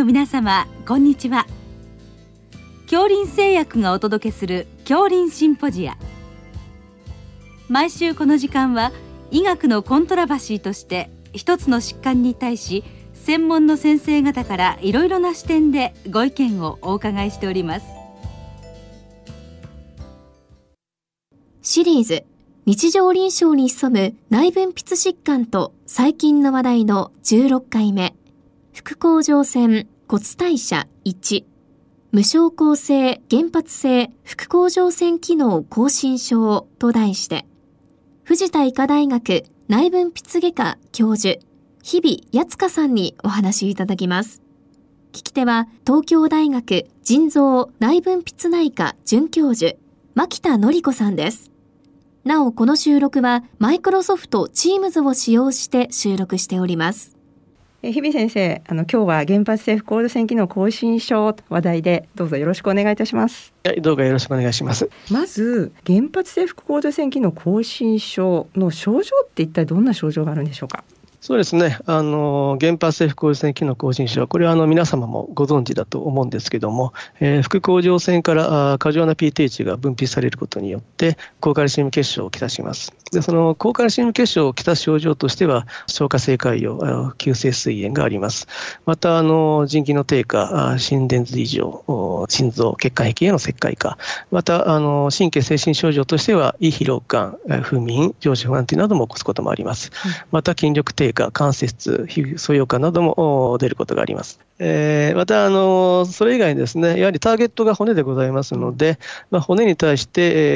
の皆様、こんにちは。杏林製薬がお届けする杏林シンポジア。毎週この時間は医学のコントラバシーとして一つの疾患に対し専門の先生方からいろいろな視点でご意見をお伺いしております。 シリーズ日常臨床に潜む内分泌疾患と細菌の話題の16回目、副甲状腺骨代謝1、無症候性原発性副甲状腺機能亢進症と題して、藤田医科大学内分泌外科教授日比靖香さんにお話いただきます。聞き手は東京大学腎臓内分泌内科准教授牧田典子さんです。なおこの収録はマイクロソフト Teams を使用して収録しております。 日比先生、今日は原発性副甲状腺機能亢進症話題でどうぞよろしくお願いいたします。 はい、どうかよろしくお願いします。 まず原発性副甲状腺機能亢進症の症状って一体どんな症状があるんでしょうか。 そうですね、原発性副甲状腺機能亢進症、これは皆様もご存知だと思うんですけども、副甲状腺から過剰な PTH が分泌されることによって高カルシウム血症をきたします。でその高カルシウム血症をきたす症状としては消化性潰瘍、急性膵炎があります。また腎気の低下、心電図異常、心臓血管壁への切開化、また神経精神症状としては胃疲労感、不眠、上肢不安定なども起こすこともあります。また筋力低下、関節痛、皮膚粗瘍化なども出ることがあります。またそれ以外にですね、やはりターゲットが骨でございますので、骨に対して、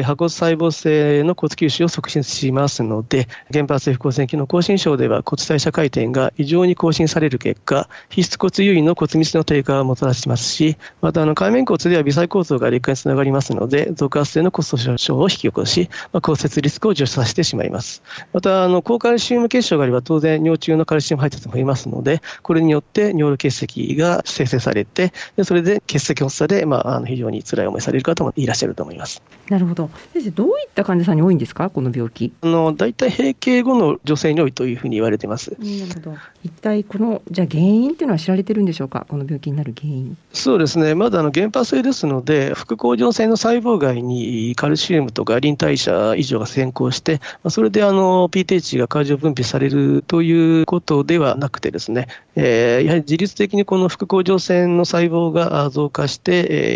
破骨細胞性の骨吸収を促進しますので、原発性副甲状腺機能亢進症では骨代謝回転が異常に更新される結果、皮質骨優位の骨密の低下をもたらしますし、また界面骨では微細構造が劣化につながりますので、増加圧性の骨粗しょう症を引き起こし、骨折リスクを助長させてしまいます。また高カルシウム血症があれば当然尿中のカルシウム配達も増えますので、これによって尿路結石が生成されて、それで結石発作で、非常に辛い思いされる方もいらっしゃると思います。 なるほど。先生、どういった患者さんに多いんですか、この病気。 だいたい閉経後の女性に多いというふうに言われています。 なるほど。一体このじゃあ原因っていうのは知られてるんでしょうか、この病気になる原因。 そうですね、まだ原発性ですので、副甲状腺の細胞外にカルシウムとかリン代謝異常が先行して、それでPTH が過剰分泌されるということではなくてですね、やはり自律的にこの副甲状腺の細胞が増加して、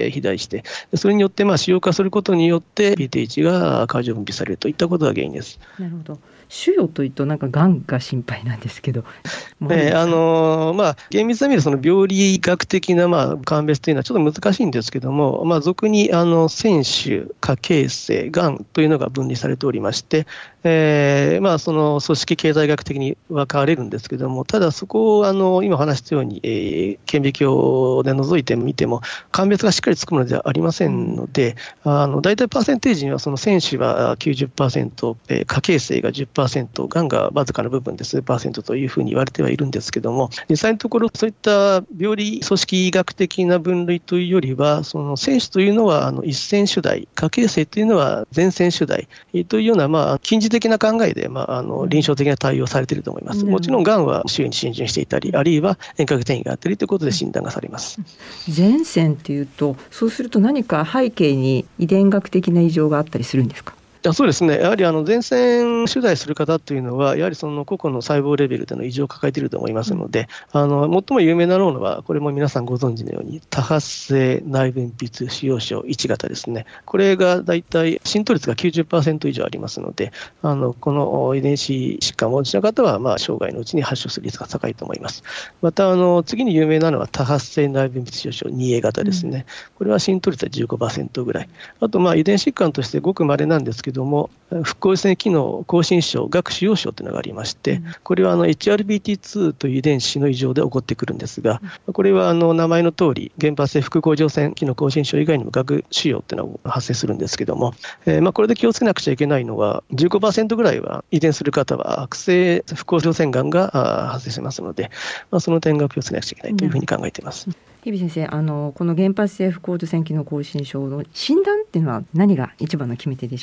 肥大して、それによって腫瘍化することによって PTH が過剰分泌されるといったことが原因です。 なるほど。腫瘍というとなんかがんが心配なんですけど、 厳密な意味でその病理学的な鑑別というのはちょっと難しいんですけども、俗に腺腫、下形成、がんというのが分離されておりまして、その組織経済学的に分かれるんですけども、ただそこを今話したように、顕微鏡で覗いてみても鑑別がしっかりつくものではありませんので、大体パーセンテージにはその腺腫は 90%、下形成が 10%、がんがわずかな部分で数%というふうに言われてはいるんですけども、実際のところそういった病理組織学的な分類というよりは、その腺腫というのは一線主題、下形成というのは前線主題というような近似的な考えで臨床的な対応されていると思います。もちろんがんは周囲に浸潤していたり、あるいは遠隔転移があったりということで診断がされます。 前線というと、そうすると何か背景に遺伝学的な異常があったりするんですか。 そうですね、やはり前線取材する方というのは、やはりその個々の細胞レベルでの異常を抱えていると思いますので、最も有名なのは、これも皆さんご存知のように、多発性内分泌腫瘍症1型ですね。これがだいたい浸透率が 90% 以上ありますので、この遺伝子疾患をお持ちの方は、生涯のうちに発症する率が高いと思います。また次に有名なのは多発性内分泌腫瘍症 2A 型ですね。これは浸透率は 15% ぐらい。あと遺伝疾患としてごく稀なんですけども、副甲状腺機能亢進症、顎腫瘍症というのがありまして、これはHRBT2 という遺伝子の異常で起こってくるんですが、これは名前の通り原発性副甲状腺機能亢進症以外にも顎腫瘍というのが発生するんですけども、これで気をつけなくちゃいけないのは 15% ぐらいは遺伝する方は悪性副甲状腺がんが発生しますので、その点が気をつけなくちゃいけないというふうに考えています。 日比先生、この原発性副甲状腺機能亢進症の診断っていうのは何が一番の決め手でしょうか。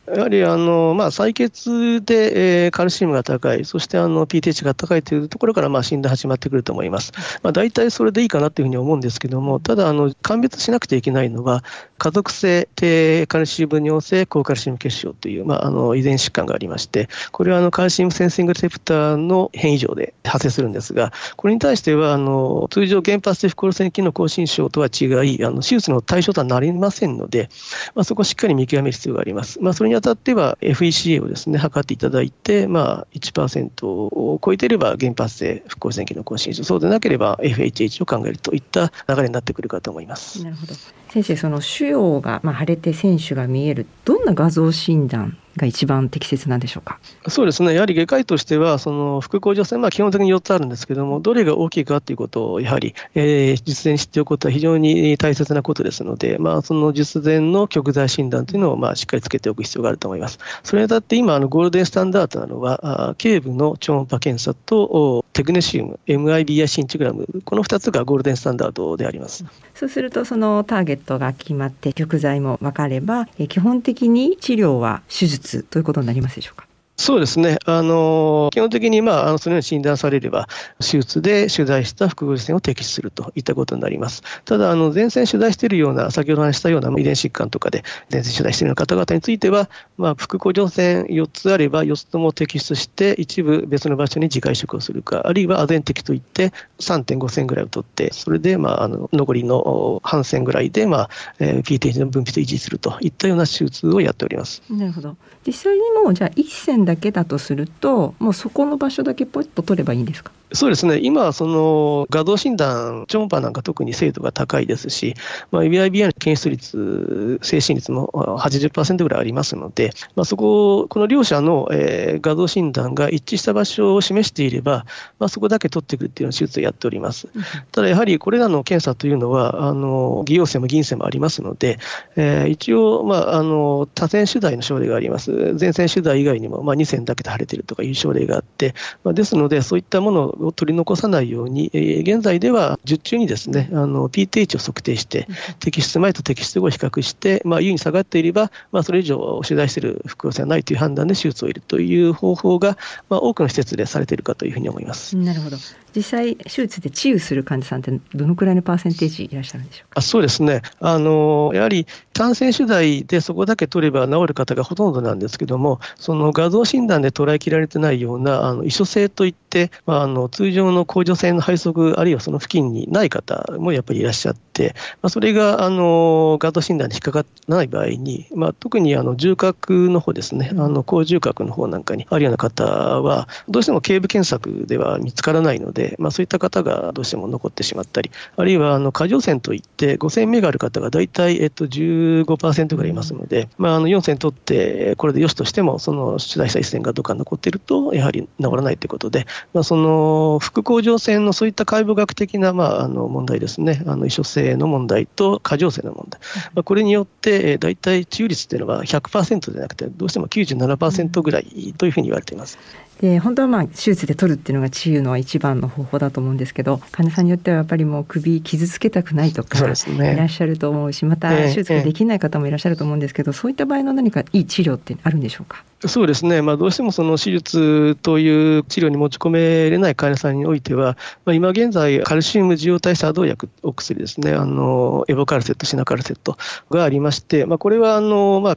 やはり採血で、カルシウムが高い、そしてPTH が高いというところから診断始まってくると思います。大体それでいいかなというふうに思うんですけども、ただ鑑別しなくてはいけないのは、家族性低カルシウム尿性高カルシウム血症という、遺伝疾患がありまして、これはカルシウムセンシングレセプターの変異常で発生するんですが、これに対しては通常原発性不交線機能亢進症とは違い、手術の対象とはなりませんので、そこをしっかり見極める必要があります。それにあたっては FECA をですね、測っていただいて、1% を超えていれば原発性不交線機能亢進症、そうでなければ FHH を考えるといった流れになってくるかと思います。 なるほど。先生、その腫瘍が腫れて線腫が見える、どんな画像診断が一番適切なんでしょうか。 そうですね、やはり外科医としては、副甲状腺、基本的に4つあるんですけれども、どれが大きいかということをやはり、術前に知っておくことは非常に大切なことですので、その術前の極材診断というのをしっかりつけておく必要があると思います。それにあたって今、ゴールデンスタンダードなのは、頸部の超音波検査とテグネシウム、MIBI シンチグラム、この2つがゴールデンスタンダードであります。 そうすると、そのターゲットが決まって極材も分かれば、基本的に治療は手術ということになりますでしょうか。 そうですね、基本的にそのように診断されれば、手術で取材した副甲状腺を摘出するといったことになります。ただ、前線取材しているような、先ほど話したような遺伝疾患とかで、前線取材しているような方々については、副甲状腺4つあれば、4つとも摘出して、一部別の場所に自家移植をするか、あるいはアゼンテキといって、3.5 線ぐらいを取って、それで残りの半線ぐらいで、PTH の分泌を維持するといったような手術をやっております。 なるほど。実際にもじゃあ1線だけだとすると、もうそこの場所だけポイッと取ればいいんですか。 そうですね、今、画像診断、超音波なんか特に精度が高いですし、MIBI の検出率、精進率も 80% ぐらいありますので、この両者の画像診断が一致した場所を示していれば、そこだけ取ってくるというような手術をやっております。ただやはりこれらの検査というのは、偽陽性も銀性もありますので、一応、多線主題の症例があります。前線主題以外にも、2線だけで腫れているとかいう症例があって、ですので、そういったものを取り残さないように、現在では術中にですね、PTH を測定して、摘出前と摘出後を比較して、優に下がっていれば、それ以上取材している副甲状腺はないという判断で手術を入れるという方法が、多くの施設でされているかというふうに思います。 なるほど。実際手術で治癒する患者さんってどのくらいのパーセンテージいらっしゃるんでしょうか。 そうですね、やはり単線取材でそこだけ取れば治る方がほとんどなんですけども、その画像診断で捉えきられてないような異所性といって、通常の甲状腺の肺側あるいはその付近にない方もやっぱりいらっしゃって、それが画像診断に引っかからない場合に、特に重核の方ですね、高重核の方なんかにあるような方はどうしても頸部検索では見つからないので、そういった方がどうしても残ってしまったり、あるいは過剰線といって5線目がある方がだいたい 15% ぐらいいますので、4線取ってこれでよしとしても、その取材した1線がどっか残っているとやはり治らないということで、その副甲状腺のそういった解剖学的な問題ですね、異所性の問題と過剰線の問題、これによってだいたい治癒率というのは 100% でなくて、どうしても 97% ぐらいというふうに言われています。 で本当は手術で取るっていうのが治癒の一番の方法だと思うんですけど、患者さんによってはやっぱりもう首傷つけたくないとかいらっしゃると思うし、また手術ができない方もいらっしゃると思うんですけど、そういった場合の何かいい治療ってあるんでしょうか。 そうですね、どうしてもその手術という治療に持ち込めれない患者さんにおいては、今現在カルシウム受容体作動薬お薬ですね、エボカルセット、シナカルセットがありまして、これは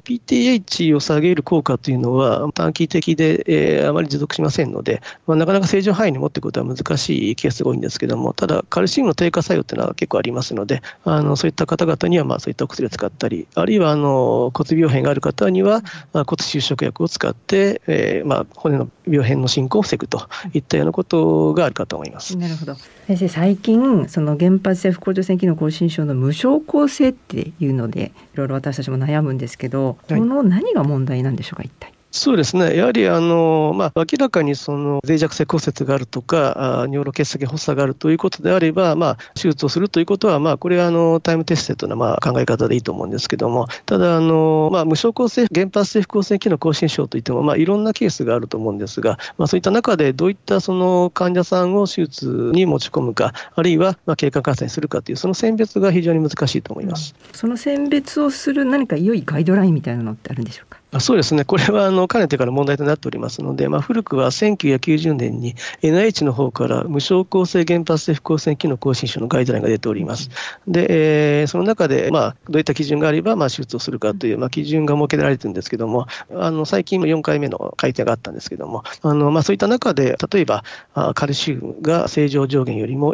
PTH を下げる効果というのは短期的で、あまり持続しませんので、なかなか正常範囲に持っていくことは難しいケースが多いんですけども、ただカルシウムの低下作用というのは結構ありますので、そういった方々にはそういったお薬を使ったり、あるいは骨病変がある方には骨収縮薬を使って、骨の病変の進行を防ぐといったようなことがあるかと思います。 なるほど。先生、最近その原発性副甲状腺機能亢進症の無症候性っていうのでいろいろ私たちも悩むんですけど、この何が問題なんでしょうか。一体そうですね、やはり明らかにその脆弱性骨折があるとか尿路結石発作があるということであれば、手術をするということは、これはタイムテステッドな考え方でいいと思うんですけども、ただ無症候性原発性副甲状腺機能亢進症といっても、いろんなケースがあると思うんですが、そういった中でどういったその患者さんを手術に持ち込むか、あるいは経過観察にするかというその選別が非常に難しいと思います。 その選別をする何か良いガイドラインみたいなのってあるんでしょうか。 そうですね、これはかねてから問題となっておりますので、古くは1990年に NIH の方から無症候性原発性副交線機能亢進症のガイドラインが出ております。で、その中で、どういった基準があれば、手術をするかという、基準が設けられているんですけども、最近4回目の改定があったんですけども、そういった中で、例えばカルシウムが正常上限よりも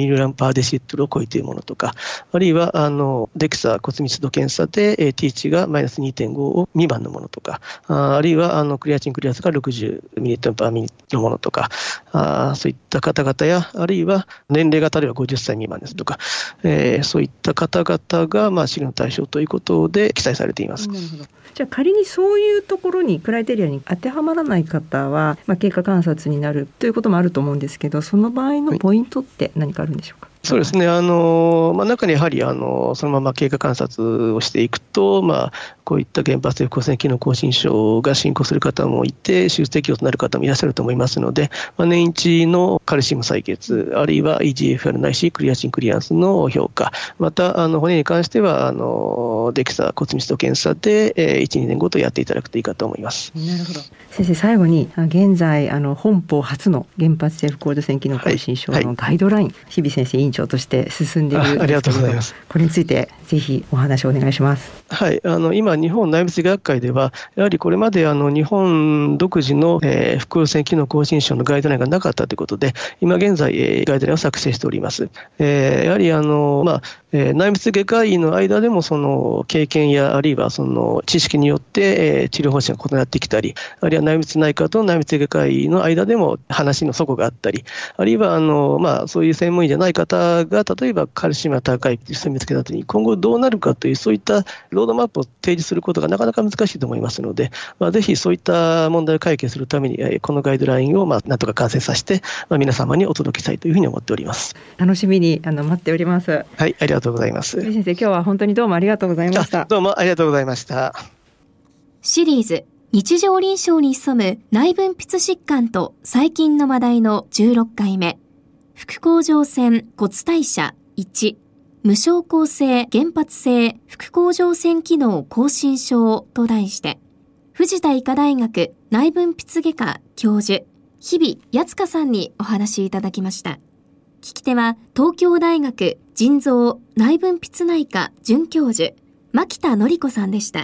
1mg/dl を超えているものとか、あるいはデクサ骨密度検査で T 値がマイナス 2.5 未満のものとか、あるいはクリアチンクリアスが 60ml/min のものとか、そういった方々や、あるいは年齢が例えば50歳未満ですとか、そういった方々が治療の対象ということで記載されています。 なるほど。じゃあ仮にそういうところにクライテリアに当てはまらない方は、経過観察になるということもあると思うんですけど、その場合のポイントって何かあるんでしょうか？ そうですね、中にやはりそのまま経過観察をしていくと、こういった原発性副交線機能亢進症が進行する方もいて、手術適用となる方もいらっしゃると思いますので、年一のカルシウム採血、あるいは EGFR ないしクリアチンクリアンスの評価、また骨に関してはデキサ骨密度検査で1、2年ごとやっていただくといいかと思います。 なるほど。先生、最後に現在本邦初の原発性副交線機能亢進症のガイドライン、日々先生委員長として進んでいるんですけど、 ありがとうございます。 これについてぜひお話をお願いします。 はい、今日本内物理学会ではやはりこれまで日本独自の副交線機能亢進症のガイドラインがなかったということで、今現在ガイドラインを作成しております。やはり内物外科医の間でもその経験やあるいはその知識によって治療方針が異なってきたり、あるいは内物内科と内物外科医の間でも話の齟齬があったり、あるいはそういう専門医じゃない方が例えばカルシウムが高いという人を見つけたときに今後どうなるかというそういったロードマップを提示することがなかなか難しいと思いますので、ぜひそういった問題を解決するためにこのガイドラインをなんとか完成させて皆様にお届けしたいというふうに思っております。 楽しみに待っております。 はい、ありがとうございます。 先生、今日は本当にどうもありがとうございました。 どうもありがとうございました。 シリーズ日常臨床に潜む内分泌疾患と細菌の話題の16回目、副甲状腺骨代謝1、無症候性原発性副甲状腺機能亢進症と題して、藤田医科大学内分泌外科教授日比靖香さんにお話しいただきました。聞き手は東京大学腎臓内分泌内科准教授牧田典子さんでした。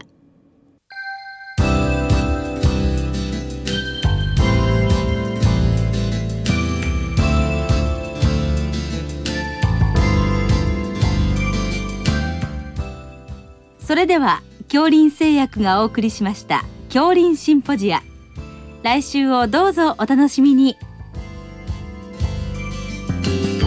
それでは杏林製薬がお送りしました杏林シンポジア、来週をどうぞお楽しみに。